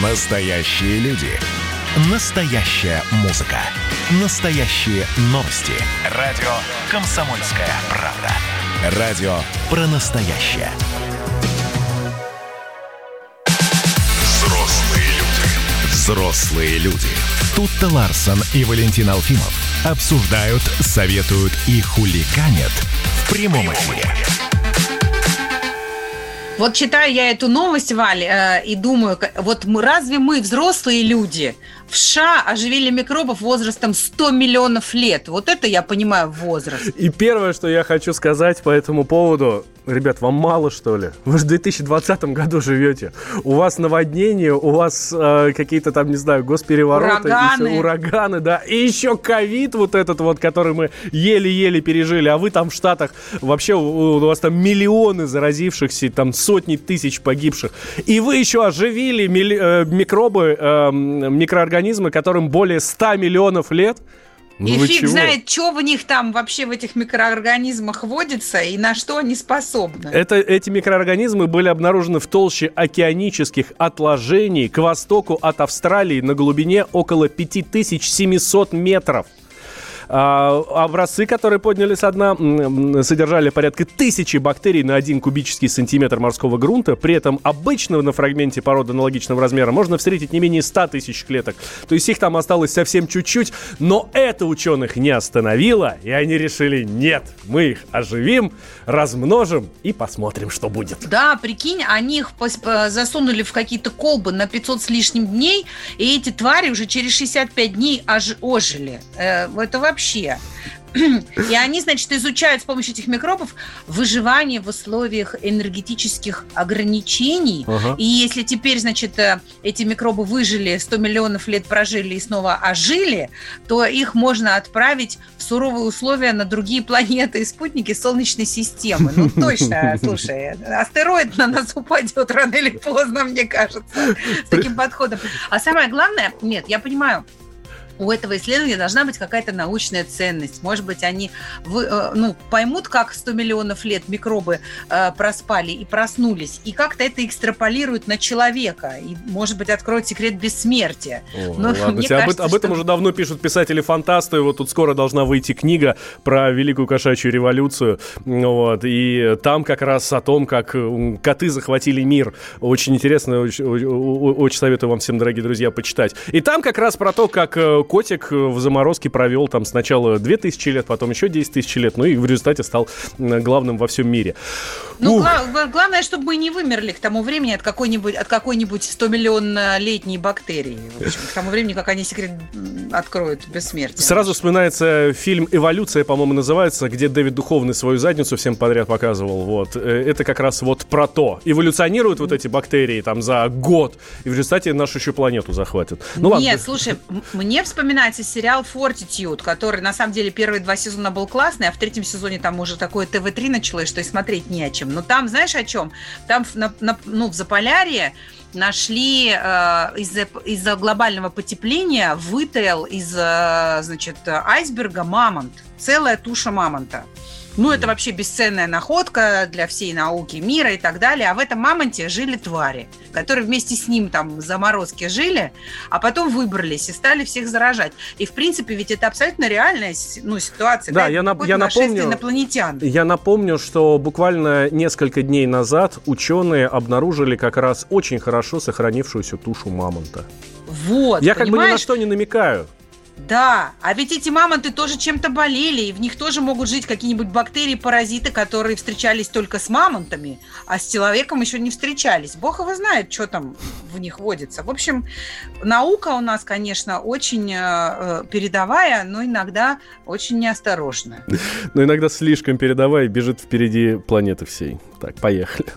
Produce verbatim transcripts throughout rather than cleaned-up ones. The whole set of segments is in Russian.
Настоящие люди. Настоящая музыка. Настоящие новости. Радио «Комсомольская правда». Радио про настоящее. Взрослые люди. Взрослые люди. Тутта Ларсон и Валентин Алфимов обсуждают, советуют и хулиганят в прямом эфире. Вот читаю я эту новость, Валь, э, и думаю, вот мы, разве мы, взрослые люди, в США оживили микробов возрастом сто миллионов лет? Вот это я понимаю возраст. И первое, что я хочу сказать по этому поводу, ребят, вам мало, что ли? Вы же в две тысячи двадцатом году живете. У вас наводнения, у вас э, какие-то там, не знаю, госперевороты, ураганы. Еще, ураганы, да, и еще ковид вот этот вот, который мы еле-еле пережили, а вы там в Штатах, вообще у, у вас там миллионы заразившихся, там сотни тысяч погибших, и вы еще оживили милли, э, микробы, э, микроорганизмы, которым более ста миллионов лет. Ну и фиг чего? знает, что в них там вообще в этих микроорганизмах водится и на что они способны. Это, эти микроорганизмы были обнаружены в толще океанических отложений к востоку от Австралии на глубине около пять тысяч семьсот метров. А, образцы, которые подняли со дна, содержали порядка тысячи бактерий на один кубический сантиметр морского грунта. При этом обычно на фрагменте породы аналогичного размера можно встретить не менее ста тысяч клеток. То есть их там осталось совсем чуть-чуть. Но это ученых не остановило, и они решили: нет, мы их оживим, размножим и посмотрим, что будет. Да, прикинь, они их засунули в какие-то колбы на пятьсот с лишним дней, и эти твари уже через шестьдесят пять дней ож- ожили. Э, это вообще Вообще. И они, значит, изучают с помощью этих микробов выживание в условиях энергетических ограничений. Ага. И если теперь, значит, эти микробы выжили, сто миллионов лет прожили и снова ожили, то их можно отправить в суровые условия на другие планеты и спутники Солнечной системы. Ну, точно, слушай, астероид на нас упадет рано или поздно, мне кажется, с таким подходом. А самое главное, нет, я понимаю, у этого исследования должна быть какая-то научная ценность. Может быть, они вы, э, ну, поймут, как сто миллионов лет микробы э, проспали и проснулись, и как-то это экстраполируют на человека. И, может быть, откроют секрет бессмертия. О, Но ладно, мне об, кажется, об этом что... уже давно пишут писатели-фантасты. Вот тут скоро должна выйти книга про Великую кошачью революцию. Вот, и там как раз о том, как коты захватили мир. Очень интересно, очень, очень советую вам всем, дорогие друзья, почитать. И там как раз про то, как котик в заморозке провел там сначала две тысячи лет, потом еще десять тысяч лет, ну и в результате стал главным во всем мире. Ну, гла- главное, чтобы мы не вымерли к тому времени от какой-нибудь, от какой-нибудь стомиллионнолетней бактерии. В общем, к тому времени, как они секрет откроют бессмертие. Сразу вспоминается фильм «Эволюция», по-моему, называется, где Дэвид Духовный свою задницу всем подряд показывал. Вот. Это как раз вот про то. Эволюционируют вот эти бактерии там за год, и в результате нашу еще планету захватят. Ну, Нет, ладно. слушай, мне вспоминается сериал «Фортитьюд», который, на самом деле, первые два сезона был классный, а в третьем сезоне там уже такое тэ вэ три началось, что и смотреть не о чем. Но там, знаешь, о чем? Там на, на, ну, в Заполярье нашли э, из-за, из-за глобального потепления вытаял из, э, значит, айсберга мамонт, целая туша мамонта. Ну, это вообще бесценная находка для всей науки мира и так далее. А в этом мамонте жили твари, которые вместе с ним там в заморозке жили, а потом выбрались и стали всех заражать. И, в принципе, ведь это абсолютно реальная ну, ситуация. Да, да? я, нап- я напомню, инопланетян. Я напомню, что буквально несколько дней назад ученые обнаружили как раз очень хорошо сохранившуюся тушу мамонта. Вот, я понимаешь? как бы ни на что не намекаю. Да, а ведь эти мамонты тоже чем-то болели, и в них тоже могут жить какие-нибудь бактерии, паразиты, которые встречались только с мамонтами, а с человеком еще не встречались. Бог его знает, что там в них водится. В общем, наука у нас, конечно, очень э, передовая, но иногда очень неосторожная. Но иногда слишком передовая, бежит впереди планеты всей. Так, поехали.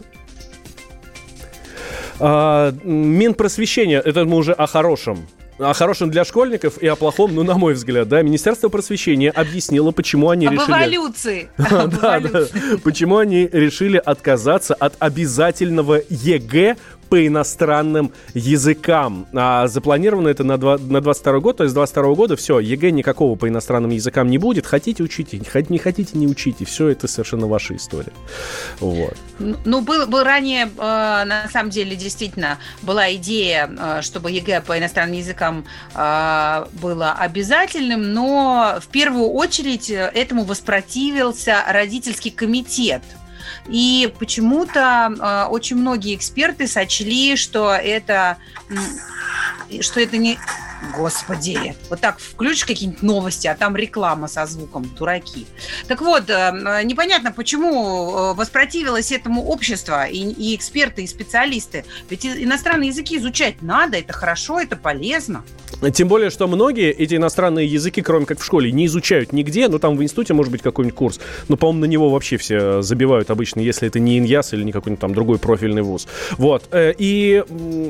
А, Минпросвещение, это мы уже о хорошем. О хорошем для школьников и о плохом, ну, на мой взгляд, да. Министерство просвещения объяснило, почему они Об решили... эволюции. Да, да. Почему они решили отказаться от обязательного ЕГЭ по иностранным языкам. А запланировано это на, два, на двадцать второй год, то есть с двадцать второго года все, ЕГЭ никакого по иностранным языкам не будет. Хотите, учите, не хотите, не учите. Все это совершенно ваша история. Вот. Ну, был, был ранее, э, на самом деле, действительно, была идея, э, чтобы ЕГЭ по иностранным языкам э, было обязательным, но в первую очередь этому воспротивился родительский комитет. И почему-то э, очень многие эксперты сочли, что это, что это не... Господи, вот так включишь какие-нибудь новости, а там реклама со звуком, дураки. Так вот, э, непонятно, почему воспротивилось этому общество и, и эксперты, и специалисты. Ведь иностранные языки изучать надо, это хорошо, это полезно. Тем более, что многие эти иностранные языки, кроме как в школе, не изучают нигде. Ну, там в институте может быть какой-нибудь курс. Но, по-моему, на него вообще все забивают обычно, если это не ИНЯС или не какой-нибудь там другой профильный вуз. Вот. И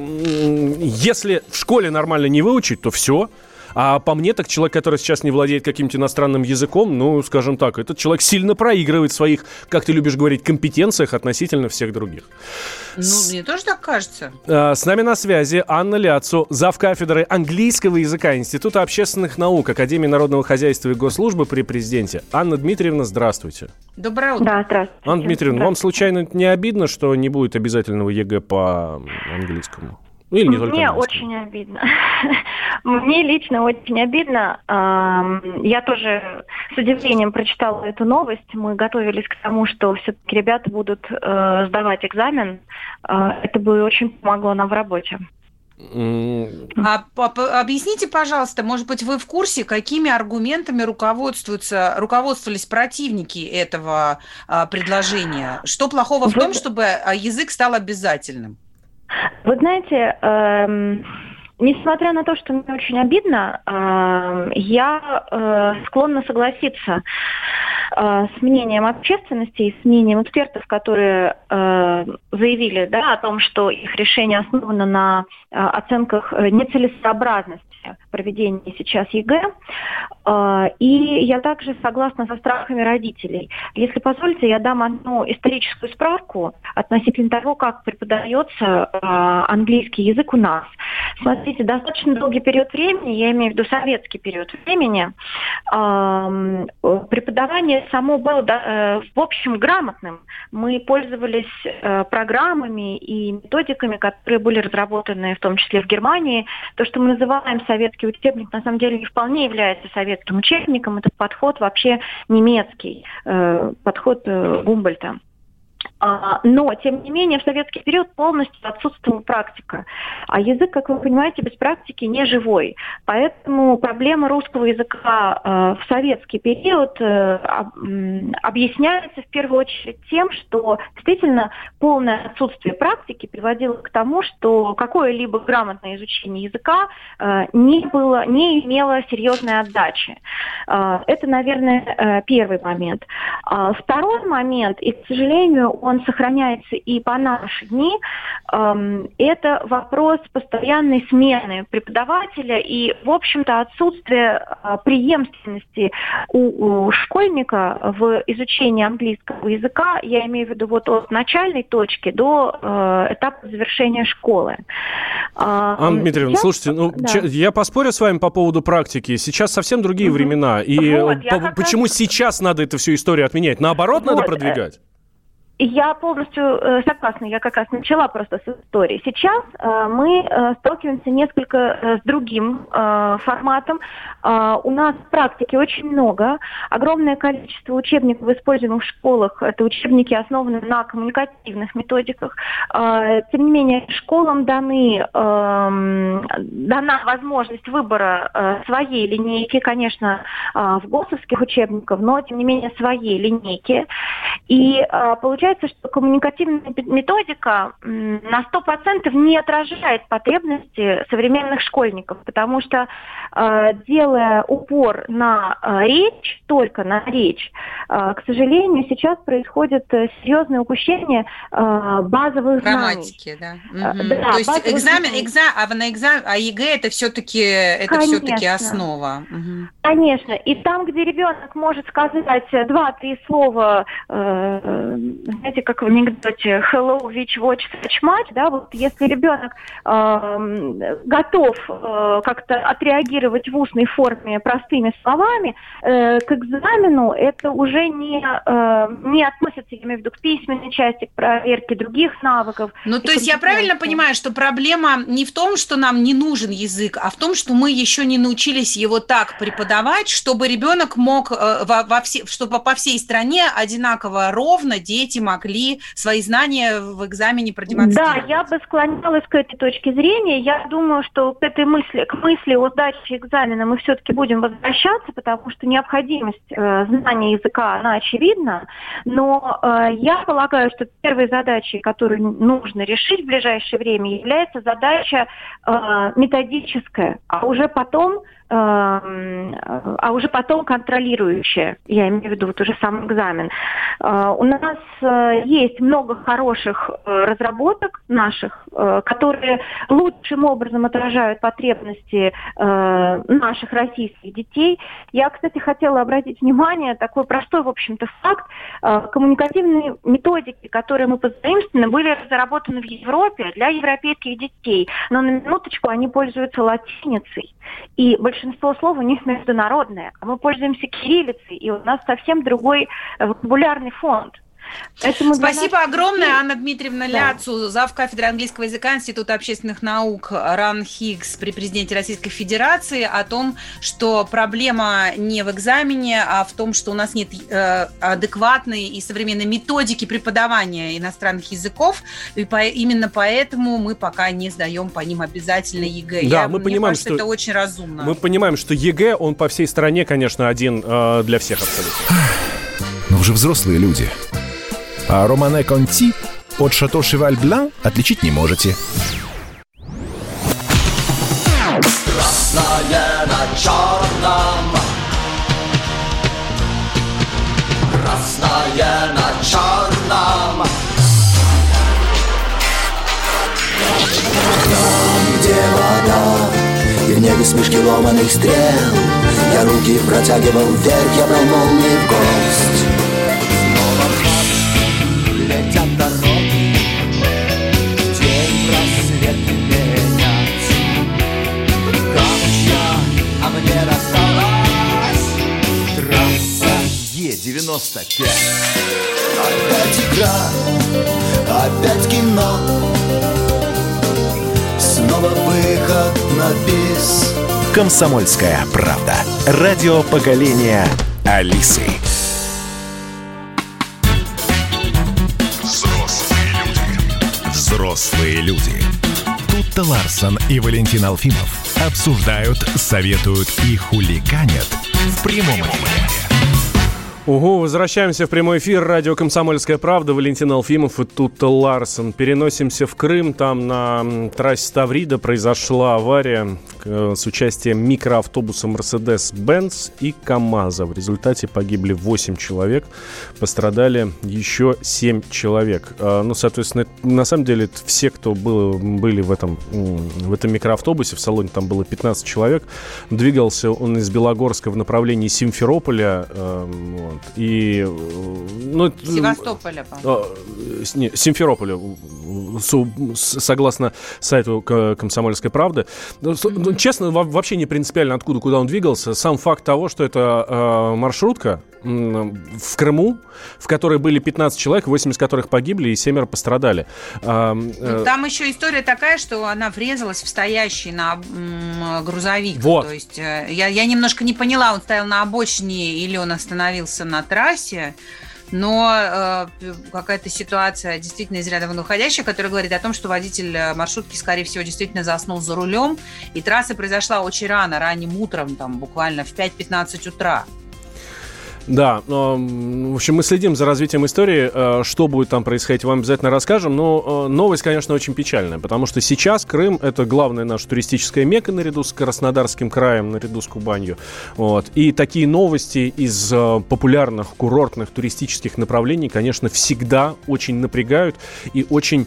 если в школе нормально не выучить, то все. А по мне, так человек, который сейчас не владеет каким-то иностранным языком, ну, скажем так, этот человек сильно проигрывает в своих, как ты любишь говорить, компетенциях относительно всех других. Ну, с... мне тоже так кажется. С нами на связи Анна Ляцу, завкафедры английского языка Института общественных наук Академии народного хозяйства и госслужбы при президенте. Анна Дмитриевна, здравствуйте. Доброе утро. Да, здравствуйте. Анна Дмитриевна, вам случайно не обидно, что не будет обязательного ЕГЭ по английскому? Или не только Мне очень обидно. Мне лично очень обидно. Я тоже с удивлением прочитала эту новость. Мы готовились к тому, что все-таки ребята будут сдавать экзамен. Это бы очень помогло нам в работе. А, а, объясните, пожалуйста, может быть, вы в курсе, какими аргументами руководствуются, руководствовались противники этого а, предложения? Что плохого в том, чтобы язык стал обязательным? Вы знаете, э, несмотря на то, что мне очень обидно, э, я э, склонна согласиться э, с мнением общественности и с мнением экспертов, которые э, заявили, да, о том, что их решение основано на э, оценках нецелесообразности проведения сейчас ЕГЭ. И я также согласна со страхами родителей. Если позволите, я дам одну историческую справку относительно того, как преподается английский язык у нас. Смотрите, достаточно долгий период времени, я имею в виду советский период времени, преподавание само было, в общем, грамотным. Мы пользовались программами и методиками, которые были разработаны в том числе в Германии. То, что мы называем советский учебник, на самом деле не вполне является советским учебником. Это подход вообще немецкий, подход Гумбольдта. Но, тем не менее, в советский период полностью отсутствовала практика. А язык, как вы понимаете, без практики не живой. Поэтому проблема русского языка э, в советский период э, объясняется в первую очередь тем, что действительно полное отсутствие практики приводило к тому, что какое-либо грамотное изучение языка э, не было, не имело серьезной отдачи. Э, это, наверное, э, первый момент. Э, второй момент, и, к сожалению, он сохраняется и по наши дни, это вопрос постоянной смены преподавателя и, в общем-то, отсутствие преемственности у, у школьника в изучении английского языка, я имею в виду вот от начальной точки до этапа завершения школы. Анна Дмитриевна, я... слушайте, ну, да. я поспорю с вами по поводу практики. Сейчас совсем другие mm-hmm. времена. И вот, по- почему раз... сейчас надо эту всю историю отменять? Наоборот, вот. надо продвигать? Я полностью э, согласна, я как раз начала просто с истории. Сейчас э, мы э, сталкиваемся несколько э, с другим э, форматом. Э, у нас практики очень много, огромное количество учебников, используемых в школах, это учебники, основанные на коммуникативных методиках. Э, тем не менее, школам даны, э, дана возможность выбора э, своей линейки, конечно, э, в ГОСовских учебниках, но, тем не менее, своей линейки. И э, получается, что коммуникативная методика на сто процентов не отражает потребности современных школьников, потому что, э, делая упор на э, речь, только на речь, э, к сожалению, сейчас происходит серьезное упущение э, базовых грамматики, знаний. Да. Угу. Да, то есть экзамен, экзамен, а на экзамен, а ЕГЭ это все-таки это все-таки основа. Угу. Конечно. И там, где ребенок может сказать два-три слова, э, знаете, как в анекдоте «Hello, which watch, such much», да, вот если ребенок э, готов э, как-то отреагировать в устной форме простыми словами, э, к экзамену это уже не, э, не относится, я имею в виду, к письменной части, к проверке других навыков. Ну, то есть я правильно понимаю, что проблема не в том, что нам не нужен язык, а в том, что мы еще не научились его так преподавать, чтобы ребенок мог э, во, во все, чтобы по всей стране одинаково ровно дети могли свои знания в экзамене продемонстрировать. Да, я бы склонялась к этой точке зрения. Я думаю, что к этой мысли, к мысли о сдаче экзамена мы все-таки будем возвращаться, потому что необходимость э, знания языка, она очевидна. Но э, я полагаю, что первой задачей, которую нужно решить в ближайшее время, является задача э, методическая, а уже потом а уже потом контролирующая, я имею в виду вот уже сам экзамен. У нас есть много хороших разработок наших, которые лучшим образом отражают потребности наших российских детей. Я, кстати, хотела обратить внимание, такой простой, в общем-то, факт. Коммуникативные методики, которые мы позаимствованы, были разработаны в Европе для европейских детей, но на минуточку они пользуются латиницей. И большинство слов у них международное. А мы пользуемся кириллицей, и у нас совсем другой вокабулярный фонд. Поэтому спасибо огромное, Анна Дмитриевна да. Ляцу, завкафедры английского языка Института общественных наук РАН Хиггс при президенте Российской Федерации о том, что проблема не в экзамене, а в том, что у нас нет э, адекватной и современной методики преподавания иностранных языков, и по, именно поэтому мы пока не сдаем по ним обязательно ЕГЭ. Да, Я, мы мне понимаем, кажется, что это очень разумно. Мы понимаем, что ЕГЭ, он по всей стране, конечно, один э, для всех абсолютно. Но вы же взрослые люди. А романе Конти от Шато Шеваль Блан отличить не можете. Красное на черном, красное на черном. Там, где вода и в небе вспышки ломаных стрел, я руки протягивал вверх, я брал молнии в гость. Летят дороги, день рассвет менять. Камушья, а мне досталась трасса Е девяносто пять. Опять игра, опять кино, снова выход на бис. «Комсомольская правда». Радио поколения Алисы. Взрослые люди. Тут-то Ларсон и Валентин Алфимов обсуждают, советуют и хулиганят в прямом эфире. Угу, возвращаемся в прямой эфир. Радио «Комсомольская правда». Валентин Алфимов и Тут-то Ларсон. Переносимся в Крым. Там на трассе Таврида произошла авария с участием микроавтобуса Mercedes-Benz и КамАЗа. В результате погибли восемь человек. Пострадали еще семь человек. Ну, соответственно, на самом деле все, кто был, были в этом, в этом микроавтобусе, в салоне там было пятнадцать человек. Двигался он из Белогорска в направлении Симферополя. Вот. И, ну, Севастополя, по-моему. Не, Симферополя, согласно сайту «Комсомольской правды». Mm-hmm. Честно, вообще не принципиально, откуда, куда он двигался. Сам факт того, что это э, маршрутка э, в Крыму, в которой были пятнадцать человек, восемь из которых погибли и семеро пострадали. Э, э, Там еще история такая, что она врезалась в стоящий на м, грузовик. Вот. То есть э, я, я немножко не поняла, он стоял на обочине или он остановился на трассе. Но э, какая-то ситуация действительно из ряда вон выходящая, которая говорит о том, что водитель маршрутки, скорее всего, действительно заснул за рулем. И трасса произошла очень рано, ранним утром, там, буквально в пять пятнадцать утра. Да, в общем, мы следим за развитием истории. Что будет там происходить, вам обязательно расскажем. Но новость, конечно, очень печальная, потому что сейчас Крым — это главная наша туристическая мекка наряду с Краснодарским краем, наряду с Кубанью. Вот. И такие новости из популярных курортных туристических направлений, конечно, всегда очень напрягают и очень,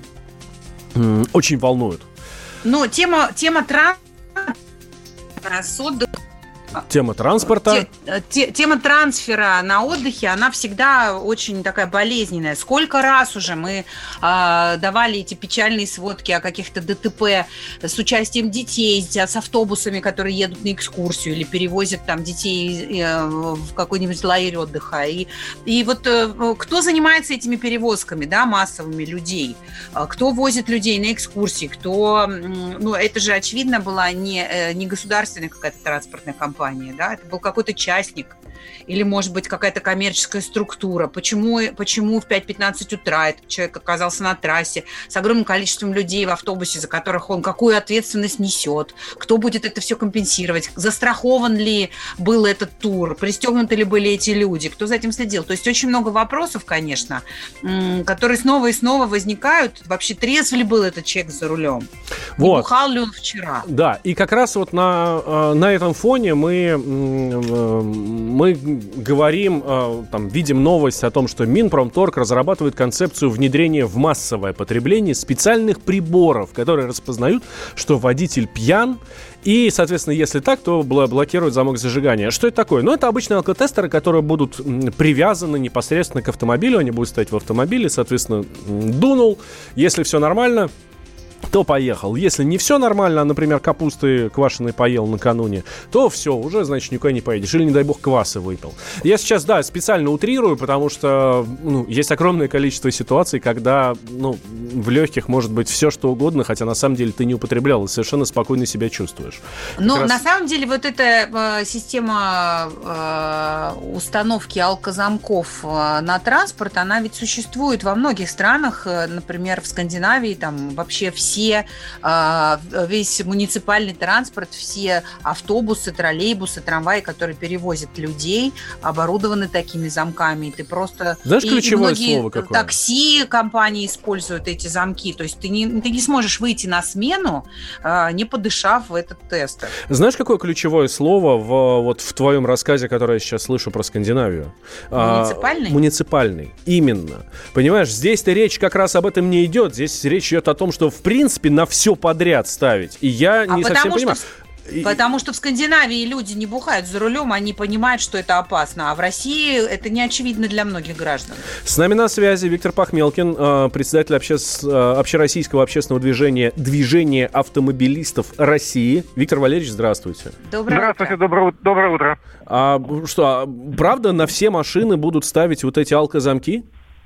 очень волнуют. Ну, тема, тема транспорта с отдыхом Тема транспорта. Те, те, тема трансфера на отдыхе, она всегда очень такая болезненная. Сколько раз уже мы э, давали эти печальные сводки о каких-то ДТП с участием детей, с автобусами, которые едут на экскурсию или перевозят там детей э, в какой-нибудь лагерь отдыха. И, и вот э, кто занимается этими перевозками, да, массовыми людей? Кто возит людей на экскурсии? Кто, ну, это же, очевидно, была не, не государственная какая-то транспортная компания. Да? Это был какой-то частник или, может быть, какая-то коммерческая структура. Почему, почему в пять пятнадцать утра этот человек оказался на трассе с огромным количеством людей в автобусе, за которых он какую ответственность несет? Кто будет это все компенсировать? Застрахован ли был этот тур? Пристегнуты ли были эти люди? Кто за этим следил? То есть очень много вопросов, конечно, которые снова и снова возникают. Вообще, трезв ли был этот человек за рулем? Вот. Не бухал ли он вчера? Да, и как раз вот на, на этом фоне мы, мы говорим, там, видим новость о том, что Минпромторг разрабатывает концепцию внедрения в массовое потребление специальных приборов, которые распознают, что водитель пьян, и, соответственно, если так, то блокируют замок зажигания. Что это такое? Ну, это обычные алкотестеры, которые будут привязаны непосредственно к автомобилю, они будут стоять в автомобиле, соответственно, дунул, если все нормально, то поехал. Если не все нормально, а, например, капусты квашеной поел накануне, то все, уже, значит, никуда не поедешь. Или, не дай бог, квасы выпил. Я сейчас, да, специально утрирую, потому что, ну, есть огромное количество ситуаций, когда, ну, в легких может быть все, что угодно, хотя на самом деле ты не употреблял и совершенно спокойно себя чувствуешь. Ну, раз... на самом деле, вот эта э, система э, установки алкозамков э, на транспорт, она ведь существует во многих странах, э, например, в Скандинавии, там вообще все Все, весь муниципальный транспорт, все автобусы, троллейбусы, трамваи, которые перевозят людей, оборудованы такими замками. И ты просто... Знаешь, ключевое и многие слово какое? Такси компании используют эти замки. То есть ты не, ты не сможешь выйти на смену, не подышав в этот тестер. Знаешь, какое ключевое слово в, вот, в твоем рассказе, которое я сейчас слышу про Скандинавию? Муниципальный? А, муниципальный. Именно. Понимаешь, здесь-то речь как раз об этом не идет. Здесь речь идет о том, что в принципе В принципе, на все подряд ставить. И я не а совсем понимаю. Что, потому что в Скандинавии люди не бухают за рулем, они понимают, что это опасно. А в России это не очевидно для многих граждан. С нами на связи Виктор Пахмелкин, председатель обще... общероссийского общественного движения «Движение автомобилистов России». Виктор Валерьевич, здравствуйте. Доброе здравствуйте, утро. Доброе, доброе утро. А что, правда на все машины будут ставить вот эти алкозамки?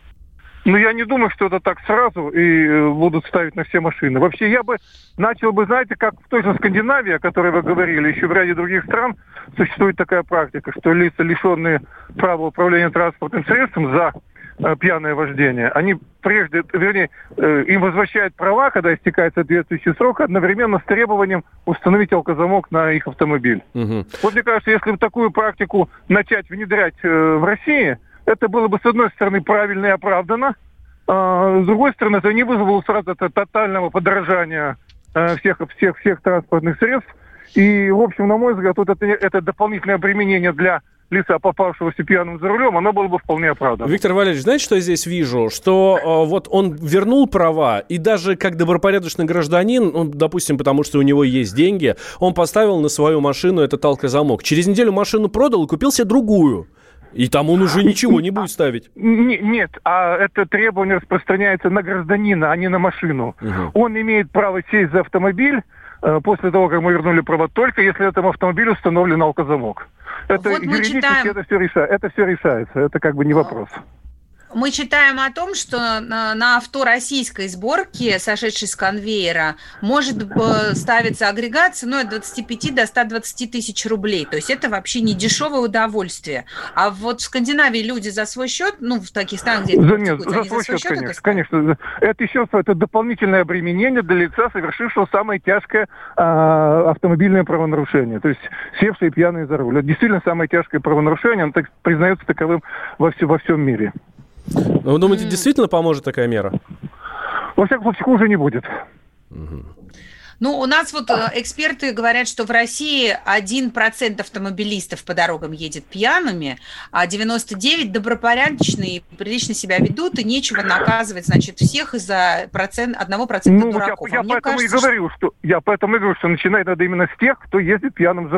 Ну, я не думаю, что это так сразу и будут ставить на все машины. Вообще, я бы начал бы, знаете, как в той же Скандинавии, о которой вы говорили, еще в ряде других стран существует такая практика, что лица, лишенные права управления транспортным средством за э, пьяное вождение, они прежде, вернее, э, им возвращают права, когда истекает соответствующий срок, одновременно с требованием установить алкозамок на их автомобиль. Угу. Вот мне кажется, если бы такую практику начать внедрять э, в России, это было бы, с одной стороны, правильно и оправдано, а с другой стороны, это не вызвало сразу это тотального подорожания а, всех, всех, всех транспортных средств. И, в общем, на мой взгляд, вот это, это дополнительное обременение для лица, попавшегося пьяным за рулем, оно было бы вполне оправдано. Виктор Валерьевич, знаете, что я здесь вижу? Что э, вот он вернул права, и даже как добропорядочный гражданин, ну, допустим, потому что у него есть деньги, он поставил на свою машину этот алкозамок. Через неделю машину продал и купил себе другую. И там он уже ничего не будет ставить. Нет, а это требование распространяется на гражданина, а не на машину. Угу. Он имеет право сесть за автомобиль э, после того, как мы вернули права, только если этому автомобилю установлен алкозамок. Это вот юридически читаем... это все решается. Это все решается. Это как бы не вопрос. Мы читаем о том, что на, на авто российской сборки, сошедшей с конвейера, может э, ставиться агрегат ценой от двадцати пяти до ста двадцати тысяч рублей. То есть это вообще не дешевое удовольствие. А вот в Скандинавии люди за свой счет, ну, в таких странах, где это за, нет, за свой счет, счет, конечно, это конечно. Это еще это дополнительное обременение для лица, совершившего самое тяжкое а, автомобильное правонарушение. То есть севшие пьяные за руль. Это действительно самое тяжкое правонарушение, оно так, признается таковым во, все, во всем мире. Вы думаете, действительно поможет такая мера? Во всяком случае, хуже не будет. Ну, у нас вот эксперты говорят, что в России один процент автомобилистов по дорогам едет пьяными, а девяносто девять процентов добропорядочные, прилично себя ведут, и нечего наказывать, значит, всех из-за процент, одного процента ну, дураков. Я, я а поэтому кажется, и говорю, что... что... Я поэтому и говорю, что начинать надо именно с тех, кто ездит пьяным за рулем.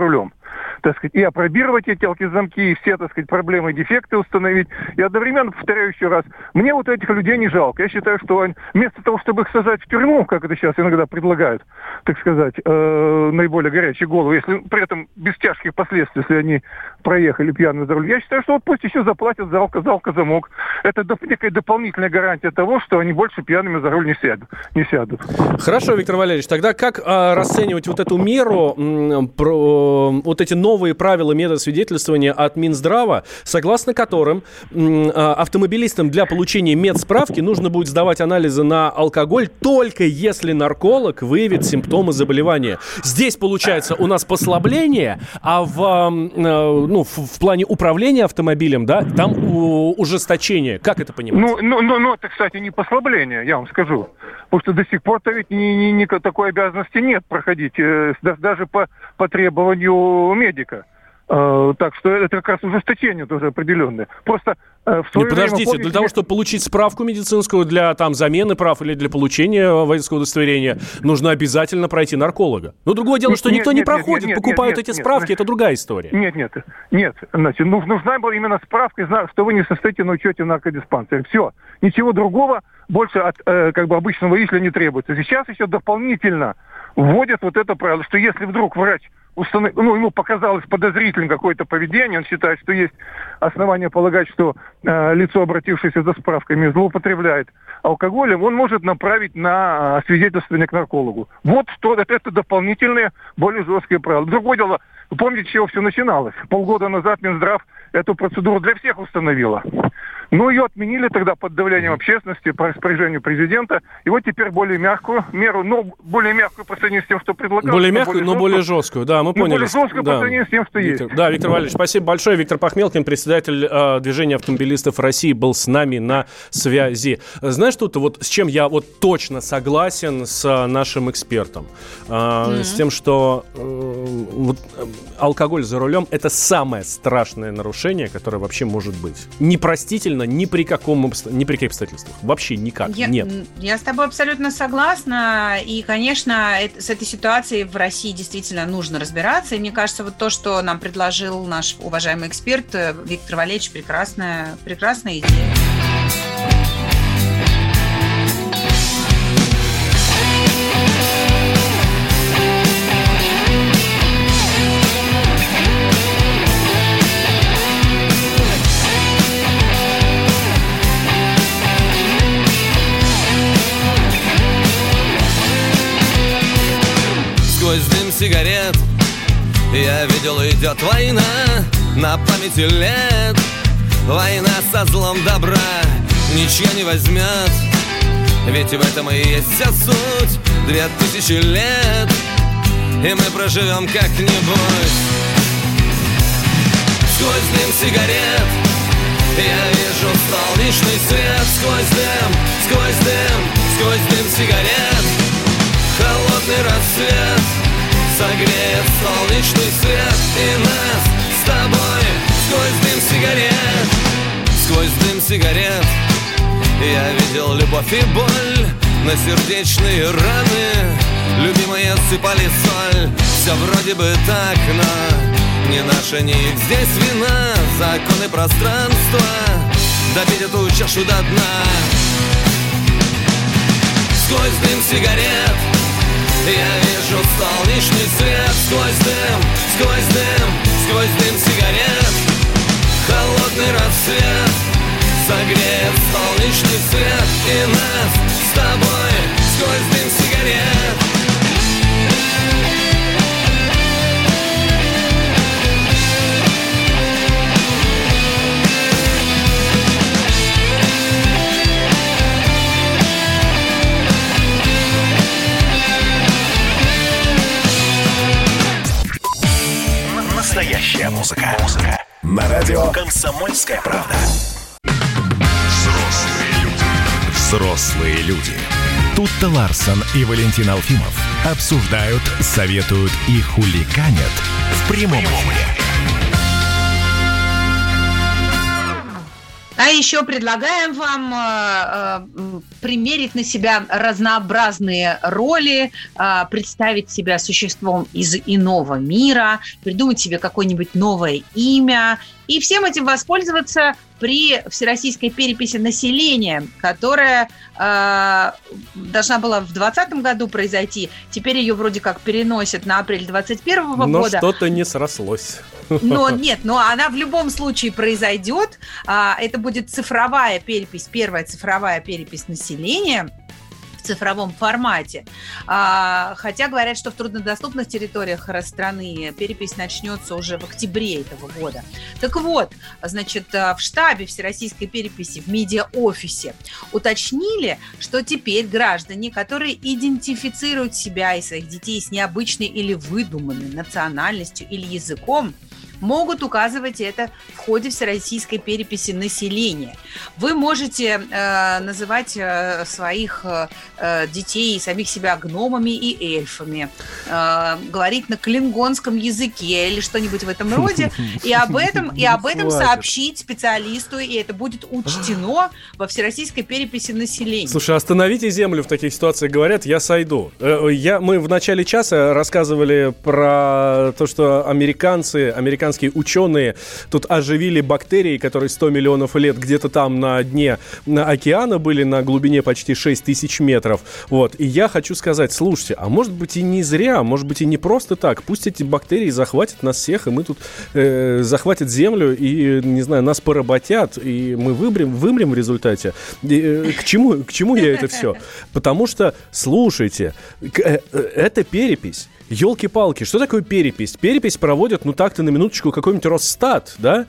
так сказать, и опробировать эти алкозамки, и все, так сказать, проблемы и дефекты установить. И одновременно, повторяю еще раз, мне вот этих людей не жалко. Я считаю, что они, вместо того, чтобы их сажать в тюрьму, как это сейчас иногда предлагают, так сказать, э, наиболее горячие головы, если при этом без тяжких последствий, если они проехали пьяными за руль, я считаю, что вот пусть еще заплатят за, алко, за алкозамок. Это доп, некая дополнительная гарантия того, что они больше пьяными за руль не сядут. Не сядут. Хорошо, Виктор Валерьевич, тогда как а, расценивать вот эту меру, м, про, вот эти новые правила медосвидетельствования от Минздрава, согласно которым м, а, автомобилистам для получения медсправки нужно будет сдавать анализы на алкоголь только если нарколог выявит симптомы заболевания. Здесь, получается, у нас послабление, а в, а, ну, в, в плане управления автомобилем, да, там у, ужесточение. Как это понимать? Ну, ну, ну, ну, это, кстати, не послабление, я вам скажу. Потому что до сих пор-то ведь ни, ни, ни такой обязанности нет проходить, э, даже по, по требованию медика. Э, так что это как раз ужесточение тоже определенное. Просто э, в свое Не, подождите, время, помните, для того, чтобы получить справку медицинскую для там замены прав или для получения водительского удостоверения, нужно обязательно пройти нарколога. Но другое дело, что нет, никто нет, не нет, проходит, нет, нет, покупают нет, эти нет, справки, нет, это другая история. Нет, нет, нет. Значит, нужна была именно справка, что вы не состоите на учете в наркодиспансере. Все. Ничего другого больше от э, как бы обычного водителя не требуется. Сейчас еще дополнительно вводят вот это правило, что если вдруг врач установ... ну, ему показалось подозрительным какое-то поведение, он считает, что есть основания полагать, что э, лицо, обратившееся за справками, злоупотребляет алкоголем, он может направить на освидетельствование к наркологу. Вот что это, это дополнительные, более жесткие правила. Другое дело, вы помните, с чего все начиналось? Полгода назад Минздрав эту процедуру для всех установила. Но ее отменили тогда под давлением общественности по распоряжению президента. И вот теперь более мягкую меру, но более мягкую по сравнению с тем, что предлагалось. Более мягкую, но более жесткую, да, мы поняли. Более жесткую да. по сравнению с тем, что Виктор, есть. Да, Виктор Валерьевич, спасибо большое. Виктор Пахмелкин, председатель э, движения автомобилистов России, был с нами на связи. Знаешь, тут вот с чем я вот точно согласен с э, нашим экспертом? Э, mm-hmm. С тем, что э, вот, э, алкоголь за рулем – это самое страшное нарушение, которое вообще может быть. Непростительно ни при каком ни при каких обстоятельствах. Вообще никак. Я, нет. Я с тобой абсолютно согласна. И, конечно, это, с этой ситуацией в России действительно нужно разбираться. И мне кажется, вот то, что нам предложил наш уважаемый эксперт Виктор Валерьевич, прекрасная, прекрасная идея. Сквозь дым сигарет я видел, идет война на памяти лет. Война со злом добра ничья не возьмет. Ведь в этом и есть вся суть. Две тысячи лет, и мы проживем как-нибудь. Сквозь дым сигарет я вижу солнечный свет. Сквозь дым, сквозь дым, сквозь дым сигарет холодный рассвет согреет солнечный свет и нас с тобой. Сквозь дым сигарет, сквозь дым сигарет я видел любовь и боль на сердечные раны. Любимые сыпали соль, все вроде бы так, но не наша, не их здесь вина. Законы пространства, допить эту чашу до дна. Сквозь дым сигарет я вижу солнечный свет. Сквозь дым, сквозь дым, сквозь дым сигарет холодный рассвет согреет солнечный свет и нас с тобой. Сквозь дым сигарет. Настоящая музыка. Музыка. На радио «Комсомольская правда». Взрослые люди. Взрослые люди. Тут-то Ларсон и Валентин Алфимов обсуждают, советуют и хулиганят в прямом эфире. А еще предлагаем вам э, э, примерить на себя разнообразные роли, э, представить себя существом из иного мира, придумать себе какое-нибудь новое имя и всем этим воспользоваться при всероссийской переписи населения, которая э, должна была в двадцатом году произойти. Теперь ее вроде как переносят на апрель двадцать первого Но года. Но что-то не срослось. Но нет, но она в любом случае произойдет. Это будет цифровая перепись, первая цифровая перепись населения в цифровом формате. Хотя говорят, что в труднодоступных территориях страны перепись начнется уже в октябре этого года. Так вот, значит, в штабе всероссийской переписи в медиа-офисе уточнили, что теперь граждане, которые идентифицируют себя и своих детей с необычной или выдуманной национальностью или языком, могут указывать это в ходе всероссийской переписи населения. Вы можете э, называть э, своих э, детей и самих себя гномами и эльфами, э, говорить на клингонском языке или что-нибудь в этом роде, и об этом, и об этом сообщить специалисту, и это будет учтено во всероссийской переписи населения. Слушай, остановите землю в таких ситуациях, говорят, я сойду. Я, мы в начале часа рассказывали про то, что американцы, американцы Американские ученые тут оживили бактерии, которые сто миллионов лет где-то там на дне на океана были, на глубине почти шесть тысяч метров. Вот. И я хочу сказать, слушайте, а может быть и не зря, может быть и не просто так. Пусть эти бактерии захватят нас всех, и мы тут э, захватят Землю, и, не знаю, нас поработят, и мы вымрем, вымрем в результате. И, э, к чему, к чему я это все? Потому что, слушайте, э, э, это перепись. Ёлки-палки, что такое перепись? Перепись проводят, ну так-то на минуточку, какой-нибудь Росстат, да?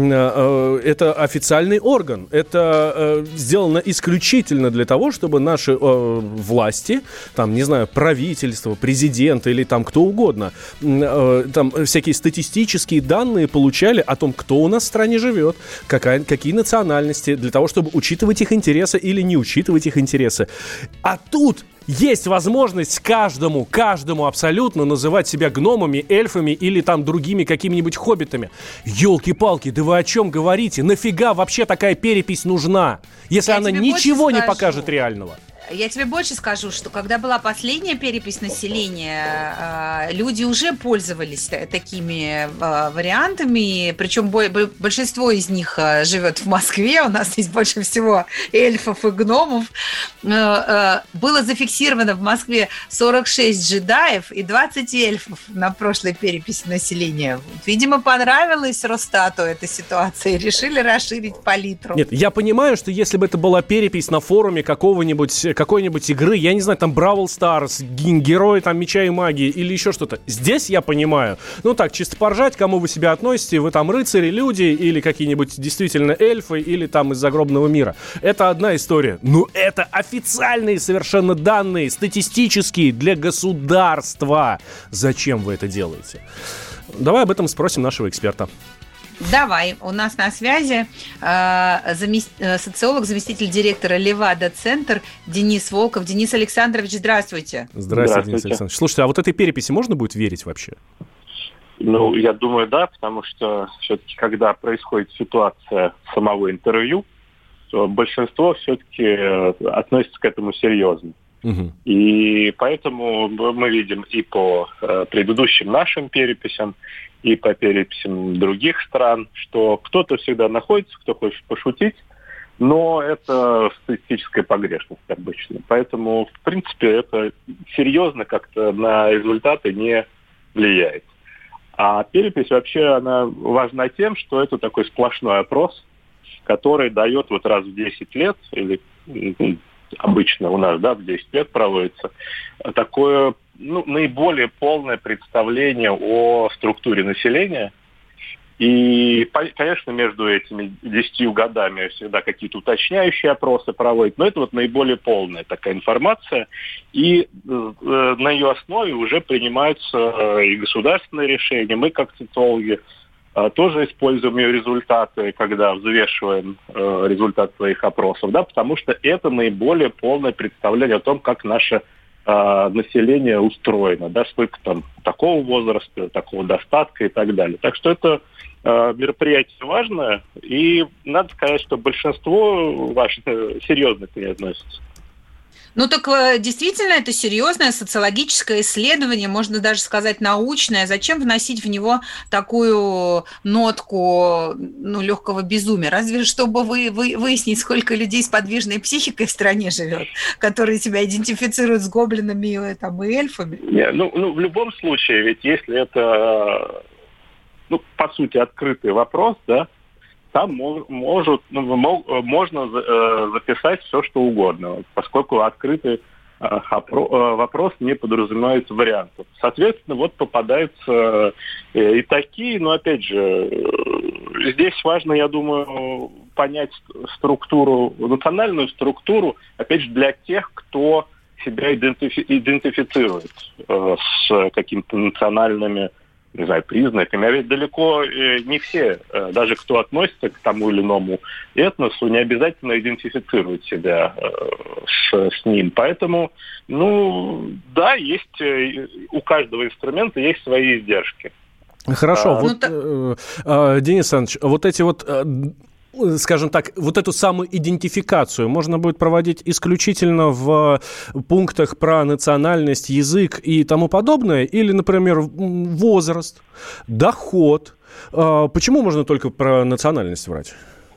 Это официальный орган. Это сделано исключительно для того, чтобы наши власти, там, не знаю, правительство, президент или там кто угодно, там всякие статистические данные получали о том, кто у нас в стране живет, какая, какие национальности, для того, чтобы учитывать их интересы или не учитывать их интересы. А тут есть возможность каждому, каждому абсолютно называть себя гномами, эльфами или там другими какими-нибудь хоббитами. Ёлки-палки, да вы о чем говорите? Нафига вообще такая перепись нужна, если Я она ничего не скажу. покажет реального? Я тебе больше скажу, что когда была последняя перепись населения, люди уже пользовались такими вариантами, причем большинство из них живет в Москве, у нас здесь больше всего эльфов и гномов. Было зафиксировано в Москве сорок шесть джедаев и двадцать эльфов на прошлой переписи населения. Видимо, понравилась Росстату эта ситуация и решили расширить палитру. Нет, я понимаю, что если бы это была перепись на форуме какого-нибудь какой-нибудь игры, я не знаю, там Бравл Старс, герои там Меча и Магии или еще что-то. Здесь я понимаю. Ну так, чисто поржать, кому вы себя относите, вы там рыцари, люди или какие-нибудь действительно эльфы или там из загробного мира. Это одна история. Но это официальные совершенно данные, статистические для государства. Зачем вы это делаете? Давай об этом спросим нашего эксперта. Давай, у нас на связи э, замест... социолог, заместитель директора Левада-центр Денис Волков. Денис Александрович, здравствуйте. Здравствуйте, здравствуйте, Денис Александрович. Слушайте, а вот этой переписи можно будет верить вообще? Ну, я думаю, да, потому что все-таки, когда происходит ситуация самого интервью, то большинство все-таки относится к этому серьезно. Угу. И поэтому мы видим и по э, предыдущим нашим переписям, и по переписям других стран, что кто-то всегда находится, кто хочет пошутить, но это статистическая погрешность обычно. Поэтому, в принципе, это серьезно как-то на результаты не влияет. А перепись вообще, она важна тем, что это такой сплошной опрос, который дает вот раз в десять лет, или обычно у нас, да, в десять лет проводится, такое, ну, наиболее полное представление о структуре населения. И, конечно, между этими десятью годами всегда какие-то уточняющие опросы проводят, но это вот наиболее полная такая информация, и э, на ее основе уже принимаются и государственные решения. Мы, как социологи, э, тоже используем ее результаты, когда взвешиваем э, результат своих опросов, да, потому что это наиболее полное представление о том, как наше э, население устроено, да, сколько там такого возраста, такого достатка и так далее. Так что это мероприятие важное, и надо сказать, что большинство ваше серьезно к ней относится. Ну так действительно это серьезное социологическое исследование, можно даже сказать научное. Зачем вносить в него такую нотку ну, легкого безумия? Разве чтобы вы, вы, выяснить, сколько людей с подвижной психикой в стране живет, которые себя идентифицируют с гоблинами там, и эльфами? Не, ну, ну, в любом случае, ведь если это, ну, по сути, открытый вопрос, да, там может, ну, можно записать все, что угодно, поскольку открытый вопрос не подразумевает вариантов. Соответственно, вот попадаются и такие, но опять же, здесь важно, я думаю, понять структуру, национальную структуру, опять же, для тех, кто себя идентифи- идентифицирует с какими-то национальными, не знаю, признаками. А ведь далеко не все, даже кто относится к тому или иному этносу, не обязательно идентифицируют себя с, с ним. Поэтому, ну, да, есть у каждого инструмента есть свои издержки. Хорошо, а, вот, ну, э, Денис Александрович, вот эти вот... Э, скажем так, вот эту самую идентификацию можно будет проводить исключительно в пунктах про национальность, язык и тому подобное? Или, например, возраст, доход? Почему можно только про национальность врать?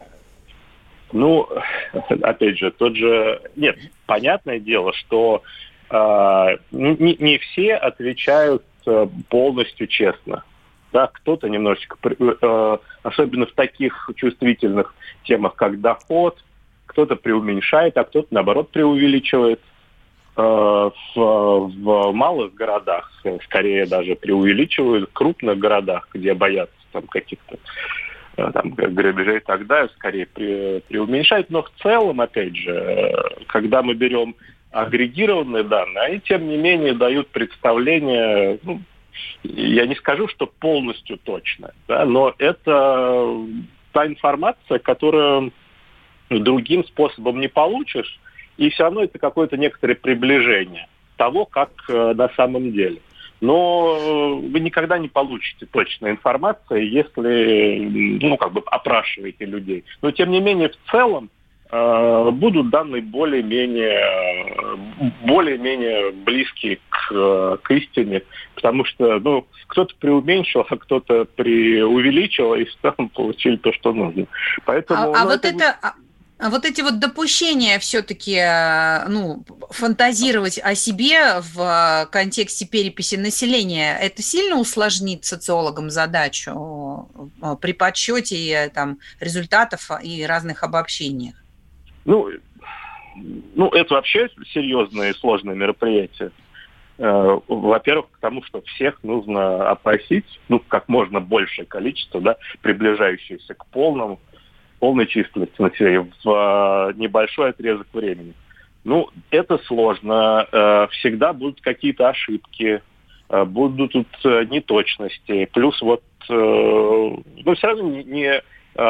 Ну, опять же, тот же... Нет, понятное дело, что э, не, не все отвечают полностью честно. Да, кто-то немножечко, э, особенно в таких чувствительных темах, как доход, кто-то преуменьшает, а кто-то, наоборот, преувеличивает. Э, в, в малых городах скорее даже преувеличивают, в крупных городах, где боятся там каких-то э, там, грабежей и так далее, скорее пре, преуменьшают. Но в целом, опять же, когда мы берем агрегированные данные, они, тем не менее, дают представление... Ну, я не скажу, что полностью точно, да, но это та информация, которую другим способом не получишь, и все равно это какое-то некоторое приближение того, как э, на самом деле. Но вы никогда не получите точной информации, если, ну, как бы опрашиваете людей. Но, тем не менее, в целом, будут данные более-менее, более-менее близкие к, к истине, потому что ну, кто-то преуменьшил, а кто-то преувеличил, и в целом получили то, что нужно. Поэтому, а ну, а вот это... это... А вот эти вот допущения все-таки, ну, фантазировать о себе в контексте переписи населения, это сильно усложнит социологам задачу при подсчете там, результатов и разных обобщениях? Ну, ну, это вообще серьезное и сложное мероприятие. Во-первых, потому что всех нужно опросить, ну, как можно большее количество, да, приближающееся к полному, полной численности населения в небольшой отрезок времени. Ну, это сложно. Всегда будут какие-то ошибки, будут тут неточности. Плюс вот, ну, все равно не, не,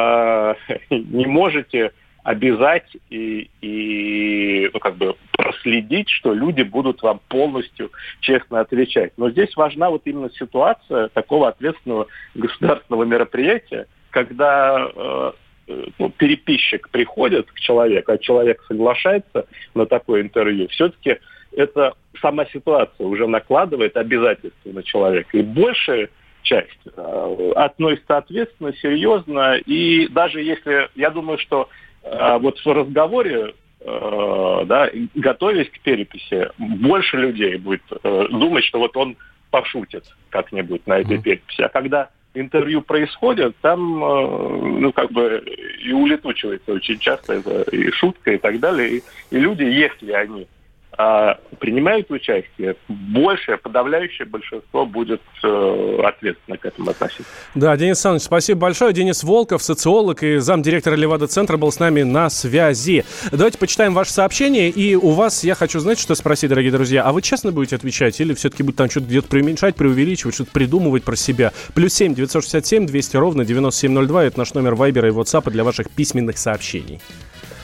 не можете обязать и, и ну, как бы проследить, что люди будут вам полностью честно отвечать. Но здесь важна вот именно ситуация такого ответственного государственного мероприятия, когда э, ну, переписчик приходит к человеку, а человек соглашается на такое интервью, все-таки эта сама ситуация уже накладывает обязательства на человека. И большая часть э, относится ответственно, серьезно. И даже если, я думаю, что э, вот в разговоре, э, да, готовясь к переписи, больше людей будет э, думать, что вот он пошутит как-нибудь на этой переписи. А когда интервью происходит, там, э, ну, как бы и улетучивается очень часто это и шутка и так далее. И, и люди, если они а принимают участие, большее, подавляющее большинство будет э, ответственно к этому относиться. Да, Денис Александрович, спасибо большое. Денис Волков, социолог и замдиректора Левада-центра, был с нами на связи. Давайте почитаем ваше сообщение. И у вас, я хочу, знаете, что спросить, дорогие друзья? А вы честно будете отвечать? Или все-таки будете там что-то где-то преуменьшать, преувеличивать, что-то придумывать про себя? Плюс семь девятьсот шестьдесят семь двести ровно девяносто семь ноль два. Это наш номер Вайбера и WhatsApp для ваших письменных сообщений.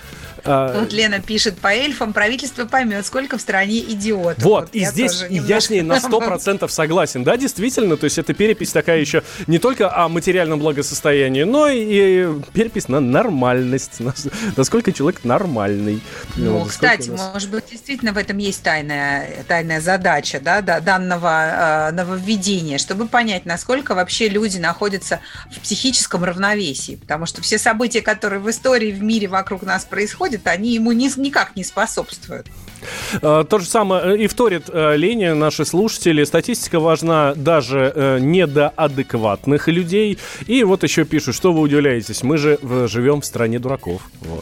Вот Лена пишет, по эльфам правительство поймет, сколько в стране идиотов. Вот, вот и я здесь немножко... я с ней на сто процентов согласен. Да, действительно, то есть это перепись такая еще не только о материальном благосостоянии, но и перепись на нормальность, насколько человек нормальный. Ну, вот, кстати, нас... может быть, действительно в этом есть тайная, тайная задача, да, данного э, нововведения, чтобы понять, насколько вообще люди находятся в психическом равновесии, потому что все события, которые в истории, в мире вокруг нас происходят, они ему ни, никак не способствуют. То же самое и вторит Лене наши слушатели. Статистика важна даже недоадекватных людей. И вот еще пишут, что вы удивляетесь, мы же живем в стране дураков. Вот.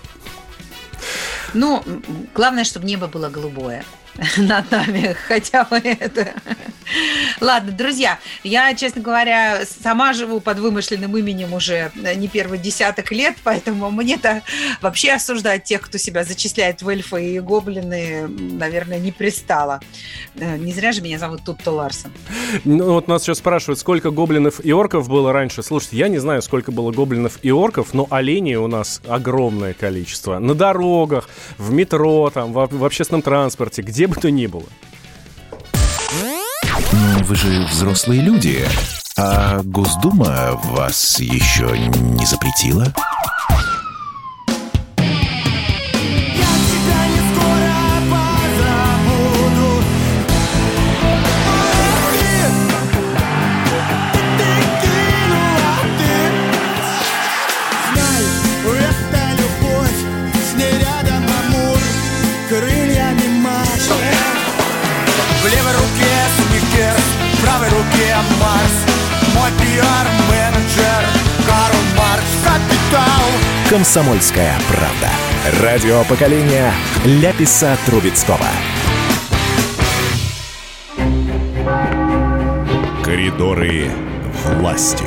Ну, главное, чтобы небо было голубое над нами, хотя бы это. Ладно, друзья, я, честно говоря, сама живу под вымышленным именем уже не первый десяток лет, поэтому мне-то вообще осуждать тех, кто себя зачисляет в эльфы и гоблины, наверное, не пристало. Не зря же меня зовут Тутта Ларсон. Ну, вот нас сейчас спрашивают, сколько гоблинов и орков было раньше. Слушайте, я не знаю, сколько было гоблинов и орков, но оленей у нас огромное количество. На дорогах, в метро, там, в, в общественном транспорте, где бы то ни было. Но вы же взрослые люди, а Госдума вас еще не запретила? В левой руке Сникерс, в правой руке Марс. Мой пиар-менеджер Карл Маркс. Капитал. «Комсомольская правда». Радио поколения Ляписа Трубецкого. Коридоры власти.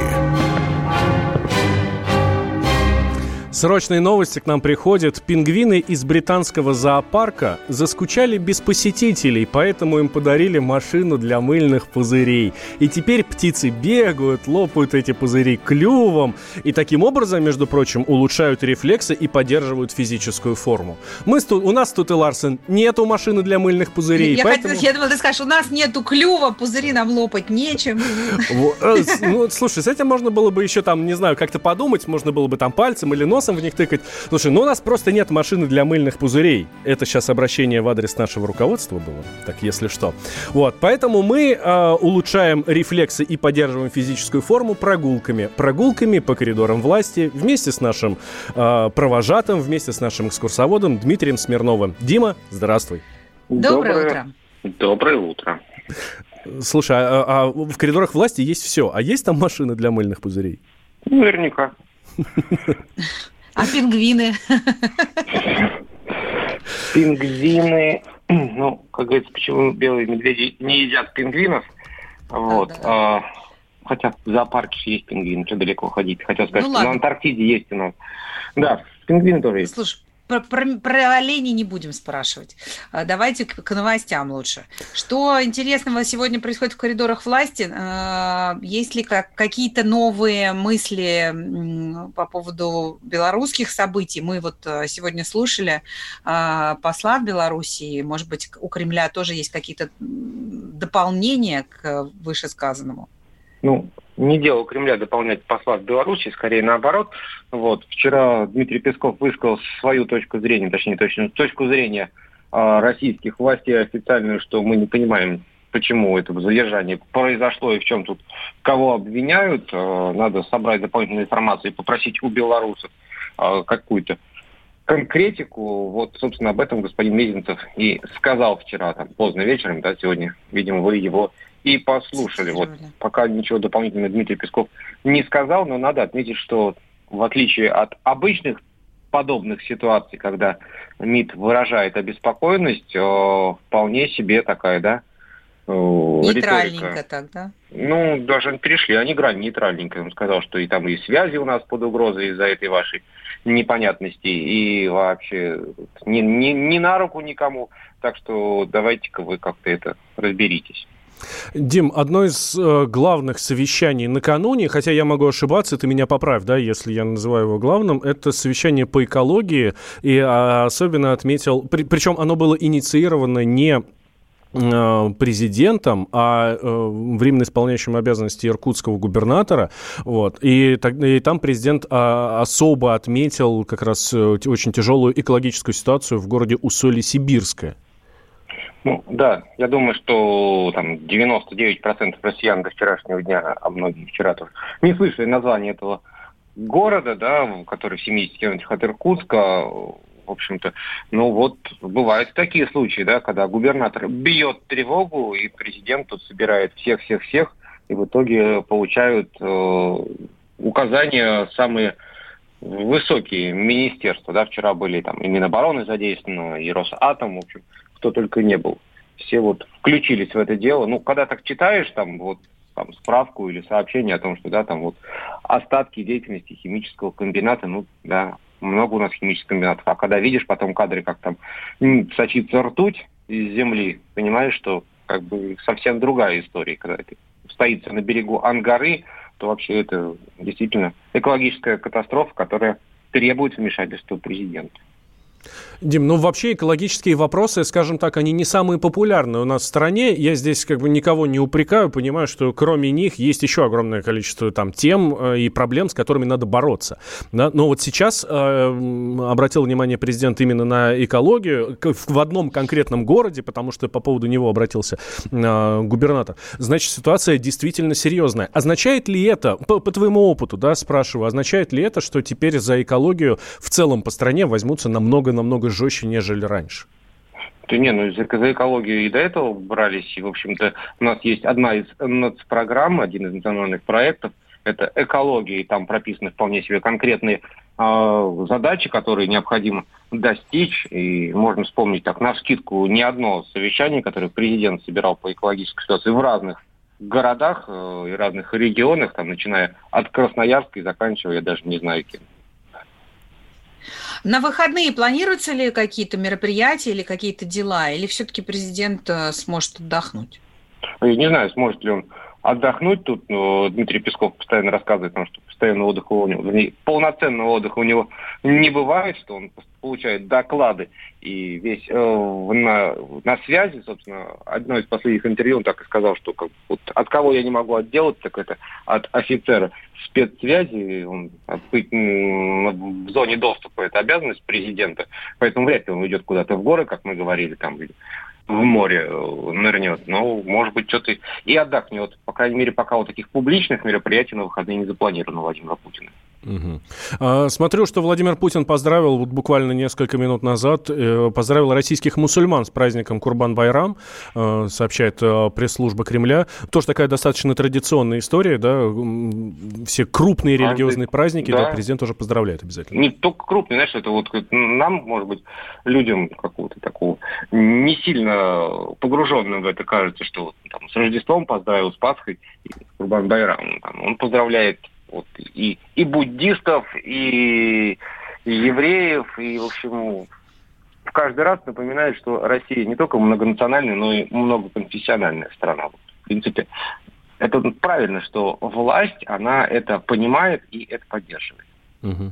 Срочные новости к нам приходят. Пингвины из британского зоопарка заскучали без посетителей, поэтому им подарили машину для мыльных пузырей. И теперь птицы бегают, лопают эти пузыри клювом. И таким образом, между прочим, улучшают рефлексы и поддерживают физическую форму. Мы, у нас тут, и Ларсен, нету машины для мыльных пузырей. Я, поэтому... хотела, я думала, ты скажешь, у нас нету клюва, пузыри нам лопать нечем. Ну, слушай, с этим можно было бы еще там, не знаю, как-то подумать, можно было бы там пальцем или носом в них тыкать. Слушай, ну у нас просто нет машины для мыльных пузырей. Это сейчас обращение в адрес нашего руководства было, так если что. Вот, поэтому мы э, улучшаем рефлексы и поддерживаем физическую форму прогулками. Прогулками по коридорам власти вместе с нашим э, провожатым, вместе с нашим экскурсоводом Дмитрием Смирновым. Дима, здравствуй. Доброе, Доброе утро. Доброе утро. Слушай, а, а в коридорах власти есть все. А есть там машины для мыльных пузырей? Наверняка. А пингвины? Пингвины, ну, как говорится, почему белые медведи не едят пингвинов, вот, да, да. А, хотя в зоопарке есть пингвины, что далеко ходить, хотел сказать, ну, что на Антарктиде есть у нас. Да, пингвины тоже есть. Слушай, Про, про, про оленей не будем спрашивать. Давайте к, к новостям лучше. Что интересного сегодня происходит в коридорах власти? Есть ли как, какие-то новые мысли по поводу белорусских событий? Мы вот сегодня слушали посла в Белоруссии. Может быть, у Кремля тоже есть какие-то дополнения к вышесказанному? Ну, не дело Кремля дополнять посла в Беларуси, скорее наоборот. Вот. Вчера Дмитрий Песков высказал свою точку зрения, точнее, точно, точку зрения э, российских властей официальную, что мы не понимаем, почему это задержание произошло и в чем тут кого обвиняют. Э, надо собрать дополнительную информацию и попросить у белорусов э, какую-то конкретику. Вот, собственно, об этом господин Мезенцев и сказал вчера, там, поздно вечером, да, сегодня, видимо, вы его и послушали. Вот пока ничего дополнительного Дмитрий Песков не сказал, но надо отметить, что в отличие от обычных подобных ситуаций, когда МИД выражает обеспокоенность, вполне себе такая, да, нейтральненько риторика. Так, да? Ну, даже перешли, они грань нейтральненькая. Он сказал, что и там и связи у нас под угрозой из-за этой вашей непонятности, и вообще не, не, не на руку никому. Так что давайте-ка вы как-то это разберитесь. Дим, одно из э, главных совещаний накануне, хотя я могу ошибаться, ты меня поправь, да, если я называю его главным, это совещание по экологии, и а, особенно отметил, при, причем оно было инициировано не президентом, а э, временно исполняющим обязанности иркутского губернатора. Вот. И, и там президент а, особо отметил как раз очень тяжелую экологическую ситуацию в городе Усолье-Сибирское. Ну, да, я думаю, что там девяносто девять процентов россиян до вчерашнего дня, а многие вчера тоже, не слышали название этого города, да, который в семидесяти километрах от Иркутска. В общем-то, ну вот, бывают такие случаи, да, когда губернатор бьет тревогу, и президент тут собирает всех-всех-всех, и в итоге получают э, указания самые высокие министерства, да, вчера были там и Минобороны задействованы, и Росатом, в общем, кто только не был. Все вот включились в это дело. Ну, когда так читаешь, там, вот, там, справку или сообщение о том, что, да, там, вот, остатки деятельности химического комбината, ну, да, много у нас химических комбинатов. А когда видишь потом кадры, как там сочится ртуть из земли, понимаешь, что как бы совсем другая история. Когда это стоится на берегу Ангары, то вообще это действительно экологическая катастрофа, которая требует вмешательства президента. Дим, ну вообще экологические вопросы, скажем так, они не самые популярные у нас в стране. Я здесь как бы никого не упрекаю, понимаю, что кроме них есть еще огромное количество там тем э, и проблем, с которыми надо бороться. Да? Но вот сейчас э, обратил внимание президент именно на экологию в, в одном конкретном городе, потому что по поводу него обратился э, губернатор. Значит, ситуация действительно серьезная. Означает ли это, по, по твоему опыту, да, спрашиваю, означает ли это, что теперь за экологию в целом по стране возьмутся намного намного жестче, нежели раньше? Да не, ну за экологию и до этого брались. И, в общем-то, у нас есть одна из нацпрограмм, один из национальных проектов. Это экология, и там прописаны вполне себе конкретные э, задачи, которые необходимо достичь. И можно вспомнить так, навскидку, не одно совещание, которое президент собирал по экологической ситуации в разных городах э, и разных регионах, там, начиная от Красноярска и заканчивая, я даже не знаю кем. На выходные планируются ли какие-то мероприятия или какие-то дела? Или все-таки президент сможет отдохнуть? Я не знаю, сможет ли он отдохнуть. Тут ну, Дмитрий Песков постоянно рассказывает о том, что постоянного отдыха у него, вернее, полноценного отдыха у него не бывает, что он получает доклады и весь э, на, на связи, собственно, одно из последних интервью он так и сказал, что как, вот, от кого я не могу отделаться, так это от офицера спецсвязи, он от, в зоне доступа, это обязанность президента, поэтому вряд ли он уйдет куда-то в горы, как мы говорили, там, в море нырнет, но, может быть, что-то и отдохнет. По крайней мере, пока вот таких публичных мероприятий на выходные не запланировано Владимира Путина. Угу. А, смотрю, что Владимир Путин поздравил вот буквально несколько минут назад, э, поздравил российских мусульман с праздником Курбан-Байрам, э, сообщает э, пресс-служба Кремля. Тоже такая достаточно традиционная история, да, все крупные религиозные праздники, да, да президент тоже поздравляет обязательно. Не только крупные, знаешь, это вот нам, может быть, людям какого-то такого не сильно погруженным в это кажется, что вот, там, с Рождеством поздравил, с Пасхой, и с Курбан-Байрам. Он поздравляет вот, и, и буддистов, и, и евреев, и, в общем, в каждый раз напоминает, что Россия не только многонациональная, но и многоконфессиональная страна. В принципе, это правильно, что власть, она это понимает и это поддерживает. Угу.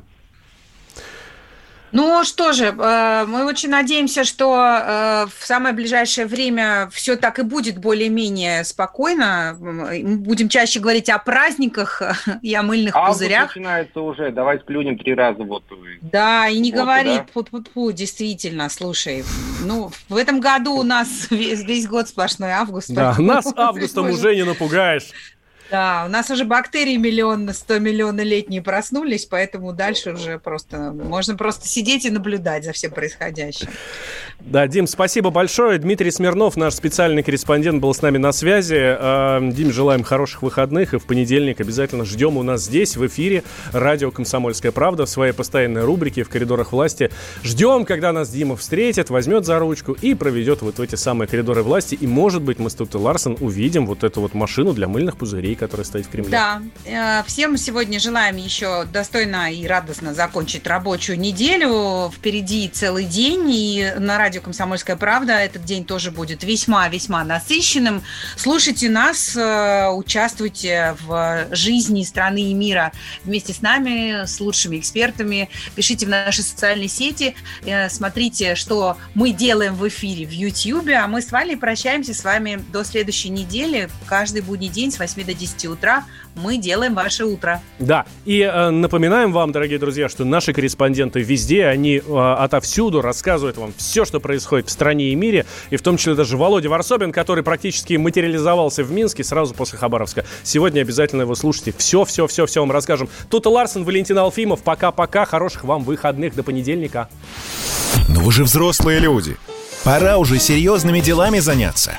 Ну что же, мы очень надеемся, что в самое ближайшее время все так и будет более-менее спокойно. Мы будем чаще говорить о праздниках и о мыльных Август пузырях. Начинается уже, давай сплюнем три раза. Вот. Да, и не вот, говори, да? пу-пу-пу, действительно, слушай, ну в этом году у нас весь, весь год сплошной август. Да, нас августом уже не напугаешь. Да, у нас уже бактерии миллион на сто миллионов летние проснулись, поэтому дальше уже просто можно просто сидеть и наблюдать за всем происходящим. Да, Дим, спасибо большое. Дмитрий Смирнов, наш специальный корреспондент, был с нами на связи. Дим, желаем хороших выходных, и в понедельник обязательно ждем у нас здесь, в эфире, радио «Комсомольская правда» в своей постоянной рубрике «В коридорах власти». Ждем, когда нас Дима встретит, возьмет за ручку и проведет вот в эти самые коридоры власти. И, может быть, мы с Туттой Ларсен увидим вот эту вот машину для мыльных пузырей. Марии, которая стоит в Кремле. Да. Всем сегодня желаем еще достойно и радостно закончить рабочую неделю. Впереди целый день, и на радио «Комсомольская правда» этот день тоже будет весьма-весьма насыщенным. Слушайте нас, участвуйте в жизни страны и мира вместе с нами, с лучшими экспертами. Пишите в наши социальные сети, смотрите, что мы делаем в эфире в Ютьюбе, а мы с Валей прощаемся с вами до следующей недели. Каждый будний день с восьми до десяти утра мы делаем ваше утро. Да, и э, напоминаем вам, дорогие друзья, что наши корреспонденты везде, они э, отовсюду рассказывают вам все, что происходит в стране и мире, и в том числе даже Володя Варсобин, который практически материализовался в Минске сразу после Хабаровска. Сегодня обязательно его слушайте. Все-все-все-все вам расскажем. Тут Ларсон, Валентин Алфимов. Пока-пока. Хороших вам выходных. До понедельника. Но вы же взрослые люди. Пора уже серьезными делами заняться.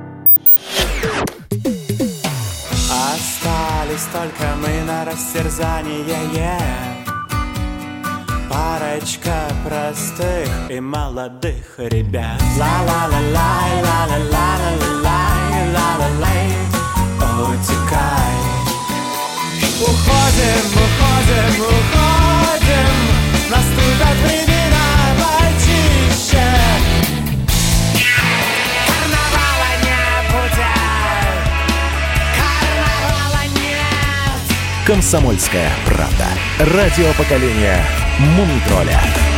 Остались только мы на растерзание, yeah. Парочка простых и молодых ребят. Ла-ла-ла-лай, ла-ла-ла-ла-ла-лай, ла-ла-лай, утекай. Уходим, уходим, уходим, наступят времена почище. Карнавала не будет, карнавала нет. «Комсомольская правда». Радио поколения Мумий Тролля.